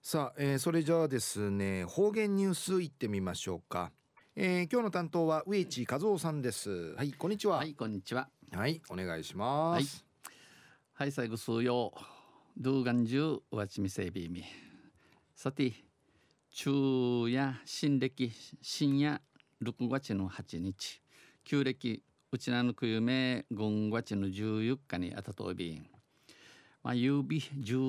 さあ、それじゃあですね、方言ニュースいってみましょうか。今日の担当は植地和夫さんです。はい、こんにちは。 はい、こんにちは。 はい、お願いしまはい。 す。 はい、最後数曜。ドゥーガンジュウワチミセイビーミ。さて、昼夜、新暦、深夜、6月の8日。旧暦、うちなのくゆめ、5月の14日にあたとびん。夕日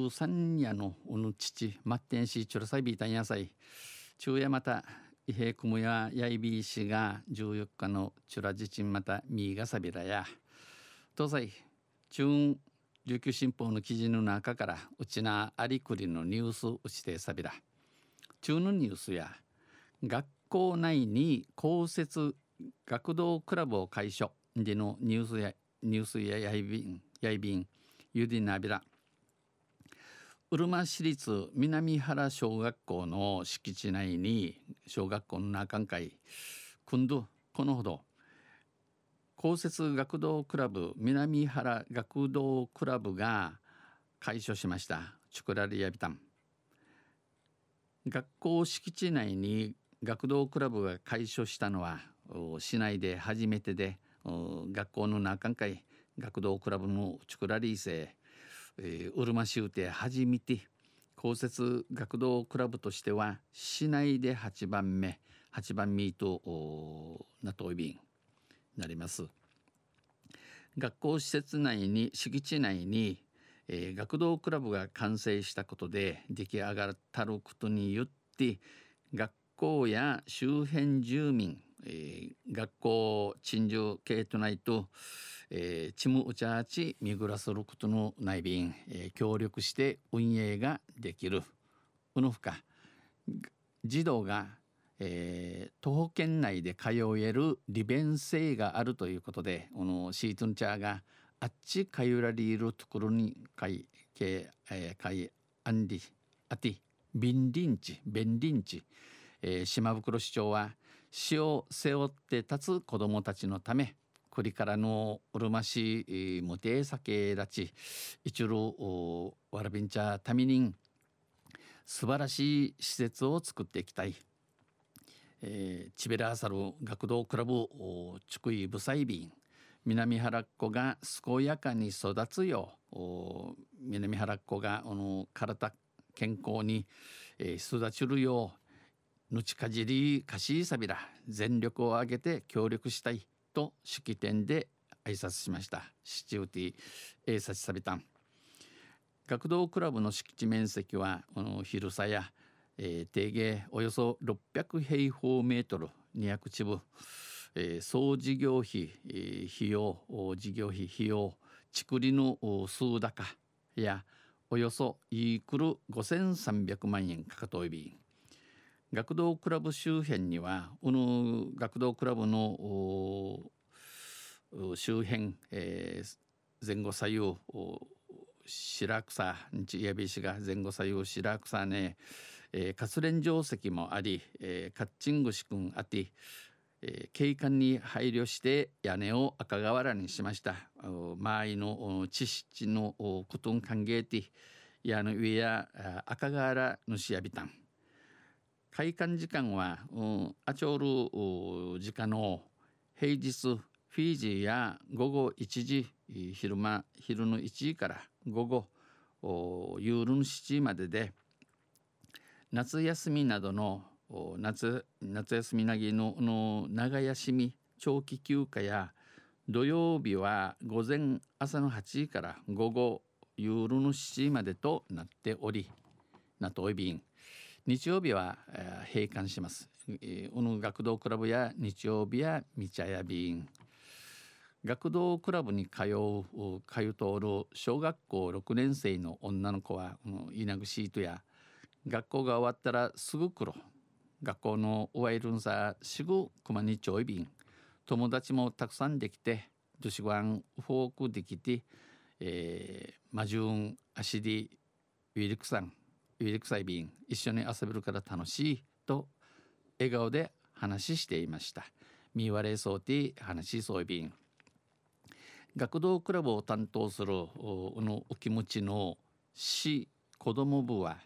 13夜のおぬ父、マッテンシーチュラサイビータン野菜。昼夜また、伊平クムややいびいしが14日のチュラジチンまたミーガサビラや。東西中琉球新報の記事の中からうちなありくりのニュースうちてさびら中のニュースや学校内に公設学童クラブを開所でのニュースややいびんゆでなびらうるま市立南原小学校の敷地内に小学校の中会今度このほど公設学童クラブ南原学童クラブが開所しました。チュクラリアビタン学校敷地内に学童クラブが開所したのは市内で初めてで学校の中会学童クラブのチュクラリーセうるま市で初めて公設学童クラブとしては市内で8番目となといびんなります。学校施設内に敷地内に、学童クラブが完成したことで出来上がったることによって学校や周辺住民、学校陳情系とないと、チムウチャーチ見ぐらすることの内便、協力して運営ができるこのほか児童が徒歩圏内で通える利便性があるということでこのシートンチャーがあっちかゆらりいるところにかいあんりあて便臨地、島袋市長は死を背負って立つ子どもたちのためこれからのうるま市無定酒らち一路わらびんちゃたみにん素晴らしい施設を作っていきたい、チベラーサル学童クラブチュクイブサイビン南原っ子が健やかに育つよう南原っ子が体健康に、育ちるようぬちかじりかしいさびら全力を挙げて協力したいと式典で挨拶しました。シチューティーサチサビタン学童クラブの敷地面積は広さや、定芸およそ600平方メートル200坪、総事業費、費用築利の数高やおよそイークル5300万円かかといび学童クラブ周辺には学童クラブの周辺、前後左右白草日やびしが前後左右白草ね、活練定石もあり、カッチングシ君あて、景観に配慮して屋根を赤瓦にしました。周りの地質のことん歓迎て屋の上や赤瓦のしやびたん開館時間はアチョール時間の平日フィジーや午後1時昼の1時から午後夜の7時までで夏休みなどの夏休みなぎの長休み長期休暇や土曜日は午前朝の8時から午後夜の7時までとなっておりなといびん日曜日は閉館します。学童クラブや日曜日やみちゃや便学童クラブに通うとる小学校6年生の女の子は稲ぐシートや学校が終わったらすぐ来ろ学校の終わるんさすぐ熊にちょい便友達もたくさんできてどしごわんフォークできて、マジューン足でウィルクサイ便一緒に遊べるから楽しいと笑顔で話していました。見割れそうで話しそう便学童クラブを担当するお気持ちの市子ども部は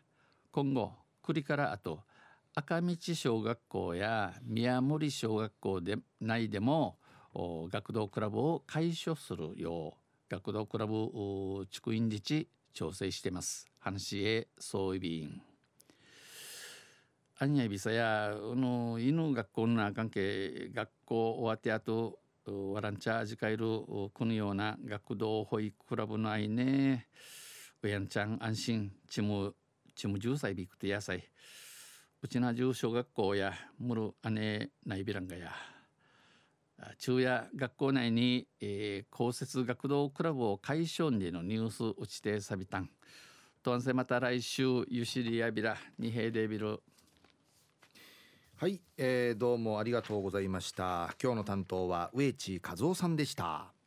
今後栗からあと赤道小学校や宮森小学校で内でも学童クラブを解消するよう学童クラブ地区員自治調整しています。話へ総備員アンヤビサや犬学校の関係学校終わってあとワランチャージカイルこのような学童保育クラブの愛ねウヤンちゃん安心チム10歳ビクティ野菜うちな中小学校やムル姉ないびらんがや昼夜学校内に、公設学童クラブを解消でのニュース打ちてさびたんとんせまた来週ゆしりやびらにへいでびる。 はい、どうもありがとうございました。今日の担当は植地和夫さんでした。